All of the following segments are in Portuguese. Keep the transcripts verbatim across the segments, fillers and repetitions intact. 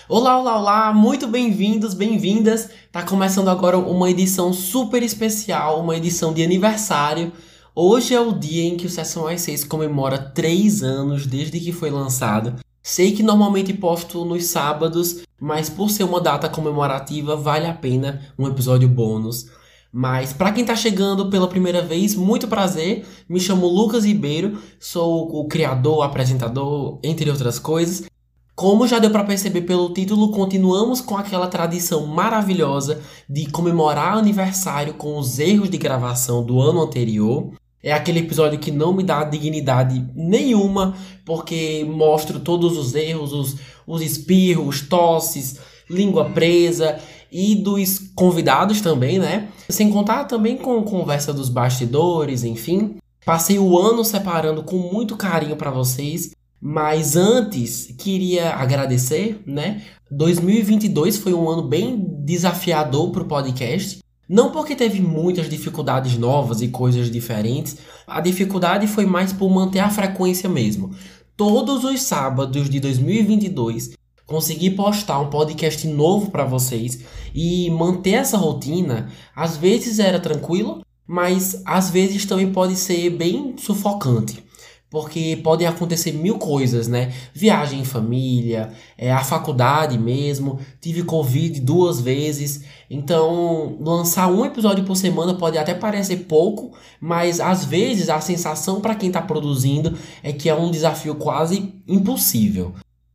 Olá, olá, olá, muito bem-vindos, bem-vindas. Tá começando agora uma edição super especial, uma edição de aniversário. Hoje é o dia em que o Sessão às seis comemora três anos desde que foi lançado. Sei que normalmente posto nos sábados, mas por ser uma data comemorativa, vale a pena um episódio bônus. Mas para quem tá chegando pela primeira vez, muito prazer. Me chamo Lucas Ribeiro, sou o criador, apresentador, entre outras coisas. Como já deu para perceber pelo título, continuamos com aquela tradição maravilhosa de comemorar aniversário com os erros de gravação do ano anterior. É aquele episódio que não me dá dignidade nenhuma, porque mostro todos os erros, os, os espirros, tosses, língua presa e dos convidados também, né? Sem contar também com conversa dos bastidores, enfim. Passei o ano separando com muito carinho para vocês. Mas antes, queria agradecer, né? dois mil e vinte e dois foi um ano bem desafiador para o podcast. Não porque teve muitas dificuldades novas e coisas diferentes. A dificuldade foi mais por manter a frequência mesmo. Todos os sábados de dois mil e vinte e dois, consegui postar um podcast novo para vocês. E manter essa rotina, às vezes era tranquilo, mas às vezes também pode ser bem sufocante. Porque podem acontecer mil coisas, né? Viagem em família, é, a faculdade mesmo, tive Covid duas vezes. Então, lançar um episódio por semana pode até parecer pouco, mas às vezes a sensação para quem está produzindo é que é um desafio quase impossível.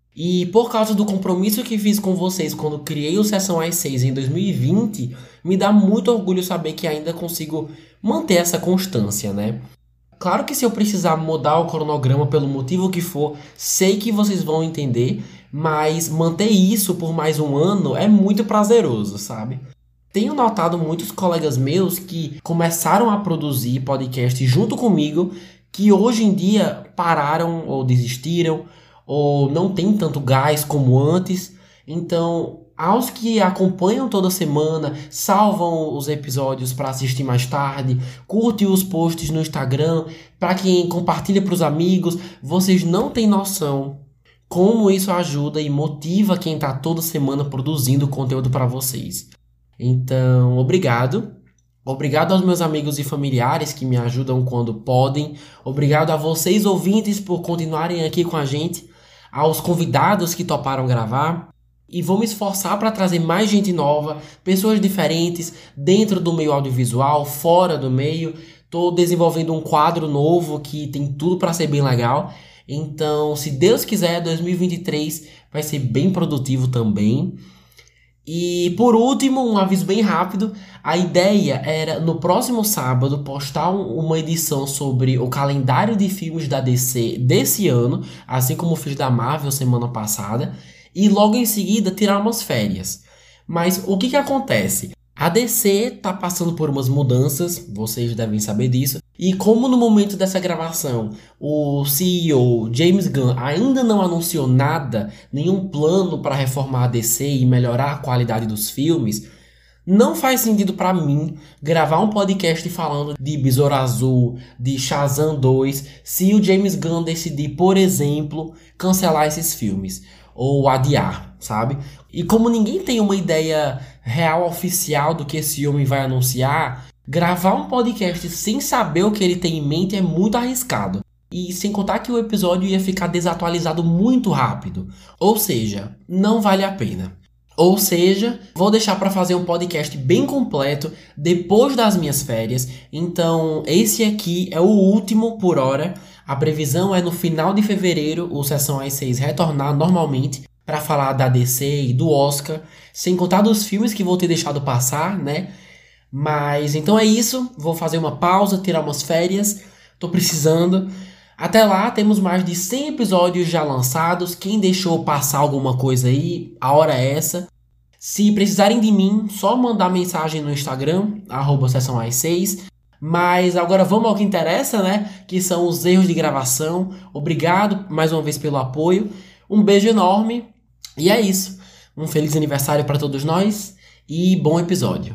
E por causa do compromisso que fiz com vocês quando criei o Sessão às seis em dois mil e vinte, me dá muito orgulho saber que ainda consigo manter essa constância, né? Claro que se eu precisar mudar o cronograma pelo motivo que for, sei que vocês vão entender, mas manter isso por mais um ano é muito prazeroso, sabe? Tenho notado muitos colegas meus que começaram a produzir podcast junto comigo, que hoje em dia pararam ou desistiram, ou não tem tanto gás como antes. Então, aos que acompanham toda semana, salvam os episódios para assistir mais tarde, curtem os posts no Instagram, para quem compartilha para os amigos, vocês não têm noção como isso ajuda e motiva quem está toda semana produzindo conteúdo para vocês. Então, obrigado. Obrigado aos meus amigos e familiares que me ajudam quando podem. Obrigado a vocês, ouvintes, por continuarem aqui com a gente. Aos convidados que toparam gravar. E vou me esforçar para trazer mais gente nova, pessoas diferentes, dentro do meio audiovisual, fora do meio. Estou desenvolvendo um quadro novo que tem tudo para ser bem legal. Então, se Deus quiser, dois mil e vinte e três vai ser bem produtivo também. E por último, um aviso bem rápido. A ideia era, no próximo sábado, postar uma edição sobre o calendário de filmes da D C desse ano, assim como fiz da Marvel semana passada. E logo em seguida tirar umas férias. Mas o que que acontece? A D C tá passando por umas mudanças, vocês devem saber disso. E como no momento dessa gravação o C E O James Gunn ainda não anunciou nada, nenhum plano para reformar a D C e melhorar a qualidade dos filmes, não faz sentido para mim gravar um podcast falando de Besouro Azul, de Shazam dois, se o James Gunn decidir, por exemplo, cancelar esses filmes. Ou adiar, sabe? E como ninguém tem uma ideia real oficial do que esse homem vai anunciar, gravar um podcast sem saber o que ele tem em mente é muito arriscado. E sem contar que o episódio ia ficar desatualizado muito rápido. Ou seja, não vale a pena. Ou seja, vou deixar para fazer um podcast bem completo depois das minhas férias. Então, esse aqui é o último por hora. A previsão é no final de fevereiro o Sessão às seis retornar normalmente para falar da D C e do Oscar, sem contar dos filmes que vou ter deixado passar, né? Mas então é isso, vou fazer uma pausa, tirar umas férias, tô precisando. Até lá, temos mais de cem episódios já lançados. Quem deixou passar alguma coisa aí, a hora é essa. Se precisarem de mim, só mandar mensagem no Instagram, arroba Sessão às seis. Mas agora vamos ao que interessa, né? Que são os erros de gravação. Obrigado mais uma vez pelo apoio. Um beijo enorme. E é isso. Um feliz aniversário para todos nós e bom episódio.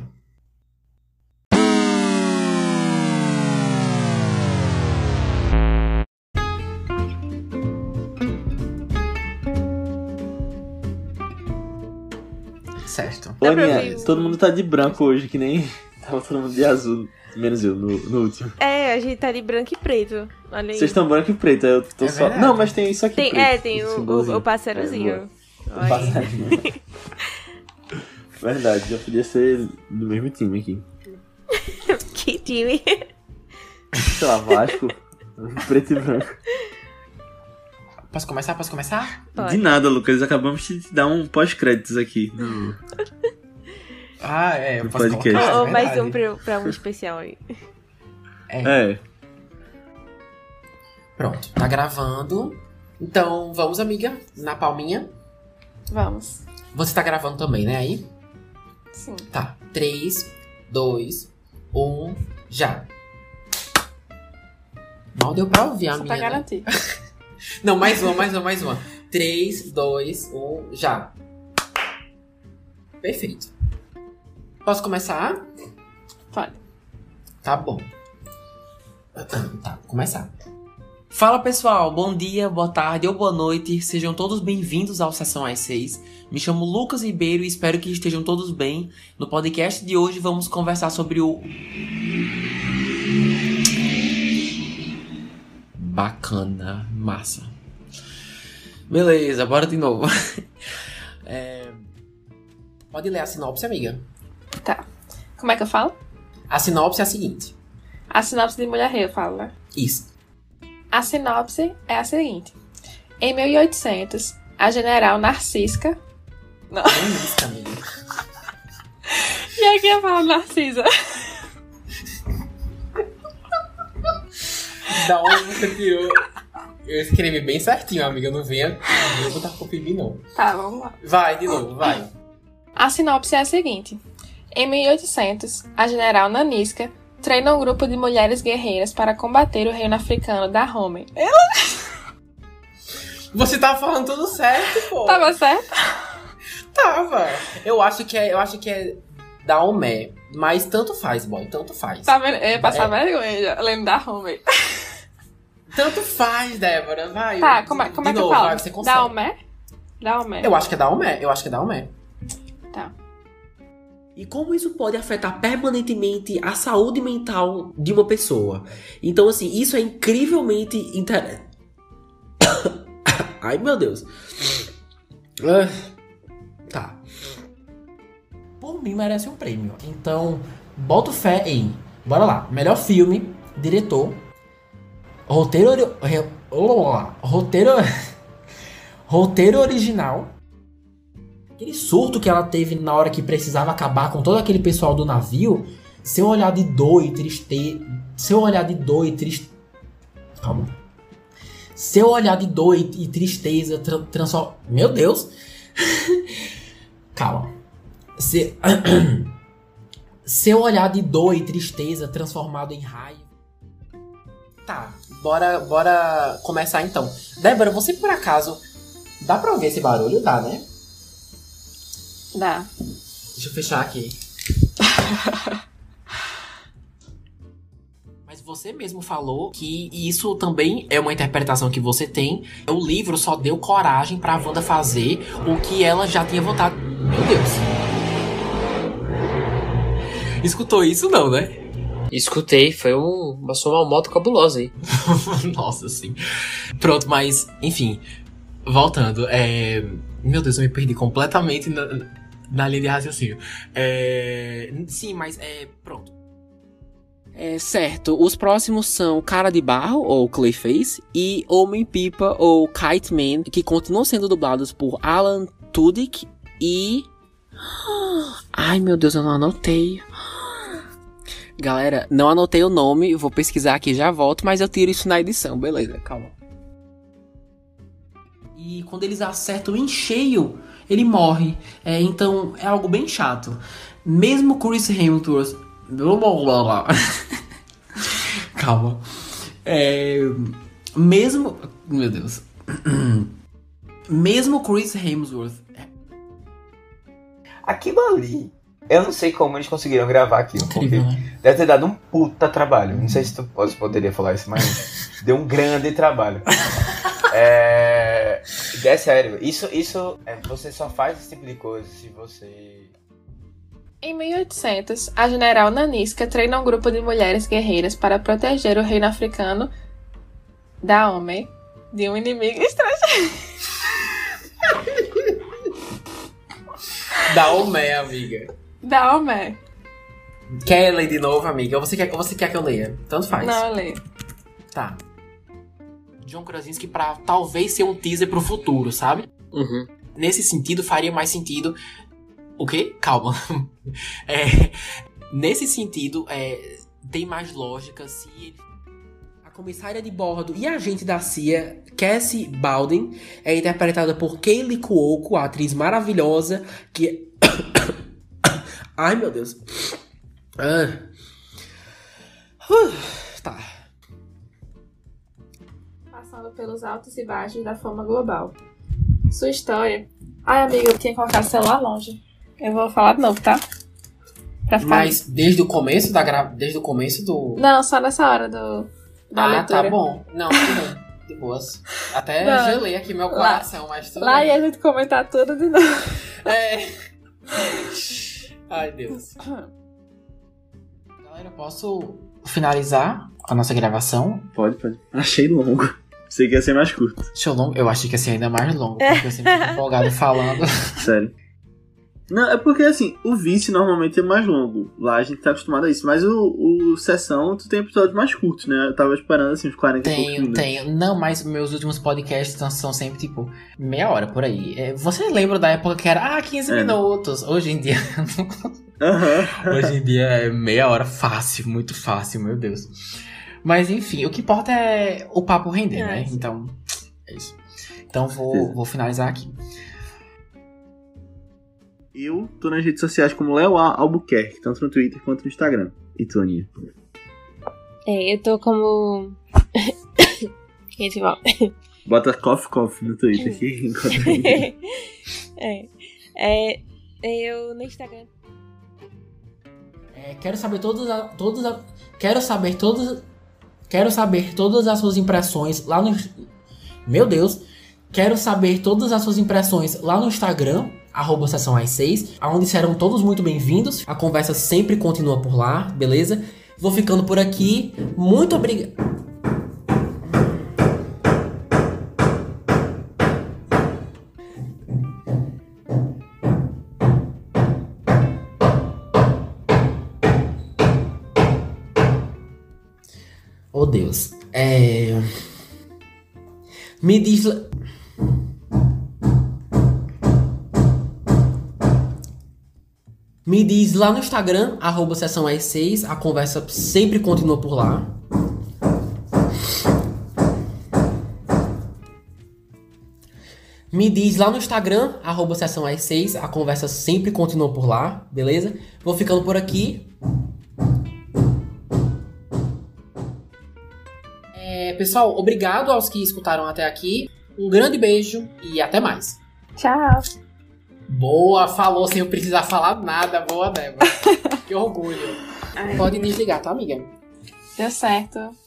Certo. Ô, Dá pra Aninha, ver o- todo mundo tá de branco hoje, que nem tava todo mundo de azul, menos eu, no, no último. É, a gente tá de branco e preto. Olha aí. Vocês estão branco e preto, eu tô É só... verdade. Não, mas tem isso aqui Tem, preto. é, tem esse o, o, símbolozinho. o parceirozinho. É, Olha aí. Passarinho. Verdade, já podia ser do mesmo time aqui. Que time. Sei lá, Vasco, preto e branco. Posso começar? Posso começar? Pode. De nada, Lucas, acabamos de te dar um pós-créditos aqui. No... Ah, é, eu No posso podcast. colocar, é Ou mais verdade. um pra, pra um especial aí. É, Pronto, tá gravando. Então, vamos, amiga, na palminha. Vamos. Você tá gravando também, né, aí? Sim. Tá. três, dois, um, já. Mal deu pra ouvir a Só minha, pra né? garantir. Não, mais uma, mais uma, mais uma. três, dois, um, já. Perfeito. Posso começar? Pode. Tá bom. Tá, vou começar. Fala pessoal, bom dia, boa tarde ou boa noite. Sejam todos bem-vindos ao Sessão às seis. Me chamo Lucas Ribeiro e espero que estejam todos bem. No podcast de hoje vamos conversar sobre o... Bacana, massa. Beleza, bora de novo. É, Pode ler a sinopse, amiga. Tá. Como é que eu falo? A sinopse é a seguinte. A sinopse de Mulher Rei, eu falo, né? Isso. A sinopse é a seguinte. Em mil e oitocentos, a general Narcisca... Não. É isso, amiga. E aqui eu falo Narcisa. Da onde você tirou? Eu escrevi bem certinho, amiga. Não venha não botar culpa em mim, não. Tá, vamos lá. Vai, de novo, vai. A sinopse é a seguinte. Em mil e oitocentos, a general Nanisca treina um grupo de mulheres guerreiras para combater o reino africano da Rome. Você tava falando tudo certo, pô. Tava certo? Tava. Eu acho que é, eu acho que é da Omé. Mas tanto faz, boy. Tanto faz. Tá vendo? Eu ia passar É. vergonha já, lendo da Rome. Tanto faz, Débora. Vai. Tá, como é, como é De que eu novo, falo? vai, você consegue. Da Omé? Da Omé. Eu acho que é da Omé. Eu acho que é da Omé. Tá. E como isso pode afetar permanentemente a saúde mental de uma pessoa? Então, assim, isso é incrivelmente inter... Ai, meu Deus. Ah, tá. Por mim, merece um prêmio. Então, boto fé em... Bora lá. Melhor filme, diretor, roteiro... ori- re- Roteiro... Roteiro original... Aquele surto que ela teve na hora que precisava acabar com todo aquele pessoal do navio. Seu olhar de dor e tristeza. Seu olhar de dor e tristeza. Calma. Seu olhar de dor e, e tristeza tra transforma. Meu Deus! Calma. Se... Seu olhar de dor e tristeza transformado em raiva. Tá, bora, bora começar então. Débora, você por acaso. Dá pra ouvir esse barulho? Dá, né? Dá. Deixa eu fechar aqui. Mas você mesmo falou que isso também é uma interpretação que você tem. O livro só deu coragem pra Wanda fazer o que ela já tinha vontade. Meu Deus. Escutou isso não, né? Escutei, foi um, uma sua uma moto cabulosa aí. Nossa, sim. Pronto, mas, enfim. Voltando. É... Meu Deus, eu me perdi completamente na, na linha de raciocínio. É... Sim, mas é... Pronto. É, certo, os próximos são Cara de Barro, ou Clayface, e Homem-Pipa, ou Kite Man, que continuam sendo dublados por Alan Tudyk e... Ai, meu Deus, eu não anotei. Galera, não anotei o nome, vou pesquisar aqui, já volto, mas eu tiro isso na edição, beleza, calma. E quando eles acertam em cheio, ele morre. É, então, é algo bem chato. Mesmo Chris Hemsworth... Blá, blá, blá, blá. Calma. É, mesmo... Meu Deus. Mesmo Chris Hemsworth... Aquilo ali, eu não sei como eles conseguiram gravar aquilo, Incrível, porque né? deve ter dado um puta trabalho. Não sei se tu você poderia falar isso, mas deu um grande trabalho. É... É sério, isso, isso é, você só faz esse tipo de coisa se você... Em mil e oitocentos, a general Nanisca treina um grupo de mulheres guerreiras para proteger o reino africano da Homem de um inimigo estrangeiro. Da Homé, amiga. Da Homem. Quer ler de novo, amiga? Ou você quer, ou você quer que eu leia? Tanto faz. Não, eu leio. Tá. John Krasinski pra talvez ser um teaser pro futuro, sabe? Uhum. Nesse sentido, faria mais sentido... O quê? Calma. É, nesse sentido, é, tem mais lógica se ele... A comissária de bordo e a agente da C I A, Cassie Baldwin, é interpretada por Kaylee Cuoco, a atriz maravilhosa que... Ai, meu Deus. Ah. Uh, tá. Passando pelos altos e baixos da fama global. Sua história... Ai, amiga, eu tinha que colocar o celular longe. Eu vou falar de novo, tá? Pra ficar... Mas desde o começo da gra... Desde o começo do... Não, só nessa hora do... da ah, leitura. tá bom. Não, tudo bem. De boas. Até Não. gelei aqui meu Lá- coração, mas tudo Lá bem. e a gente comentar tudo de novo. É. Ai, Deus. Galera, posso finalizar a nossa gravação? Pode, pode. Achei longo. Sei que ia ser mais curto. Deixa eu longo. Eu achei que ia ser ainda mais longo, porque eu sempre fico empolgado falando. Sério. Não, é porque assim, o Vice normalmente é mais longo. Lá a gente tá acostumado a isso. Mas o, o Sessão, tu tem episódios mais curtos, né? Eu tava esperando assim uns quarenta e poucos Tenho, minutos. tenho. Não, mas meus últimos podcasts são- são sempre, tipo, meia hora por aí. É, vocês lembram da época que era, ah, quinze É. minutos. Hoje em dia... Aham. Hoje em dia é meia hora fácil, muito fácil, meu Deus. Mas enfim, o que importa é o papo render, É, né? sim. Então, é isso. Então vou, Certeza. vou finalizar aqui. Eu tô nas redes sociais como Léo A. Albuquerque, tanto no Twitter quanto no Instagram. E tu, Aninha? É, eu tô como. Gente, volta. Bota Coffee Coffee no Twitter que encontra aí. é, é, eu no Instagram. É, quero saber todas, a- todas a- quero saber todas, quero saber todas as suas impressões lá no, meu Deus, quero saber todas as suas impressões lá no Instagram, arroba Sessão às seis, onde serão todos muito bem-vindos. A conversa sempre continua por lá, beleza? Vou ficando por aqui. Muito obrigado. Oh, Deus. É... Me diz... Me diz lá no Instagram, arroba Sessão às seis. A conversa sempre continua por lá. Me diz lá no Instagram, arroba Sessão às seis. A conversa sempre continua por lá, beleza? Vou ficando por aqui. É, pessoal, obrigado aos que escutaram até aqui. Um grande beijo e até mais. Tchau. Boa, falou sem eu precisar falar nada. Boa, Débora. Que orgulho. Pode desligar, tá, amiga? Deu certo.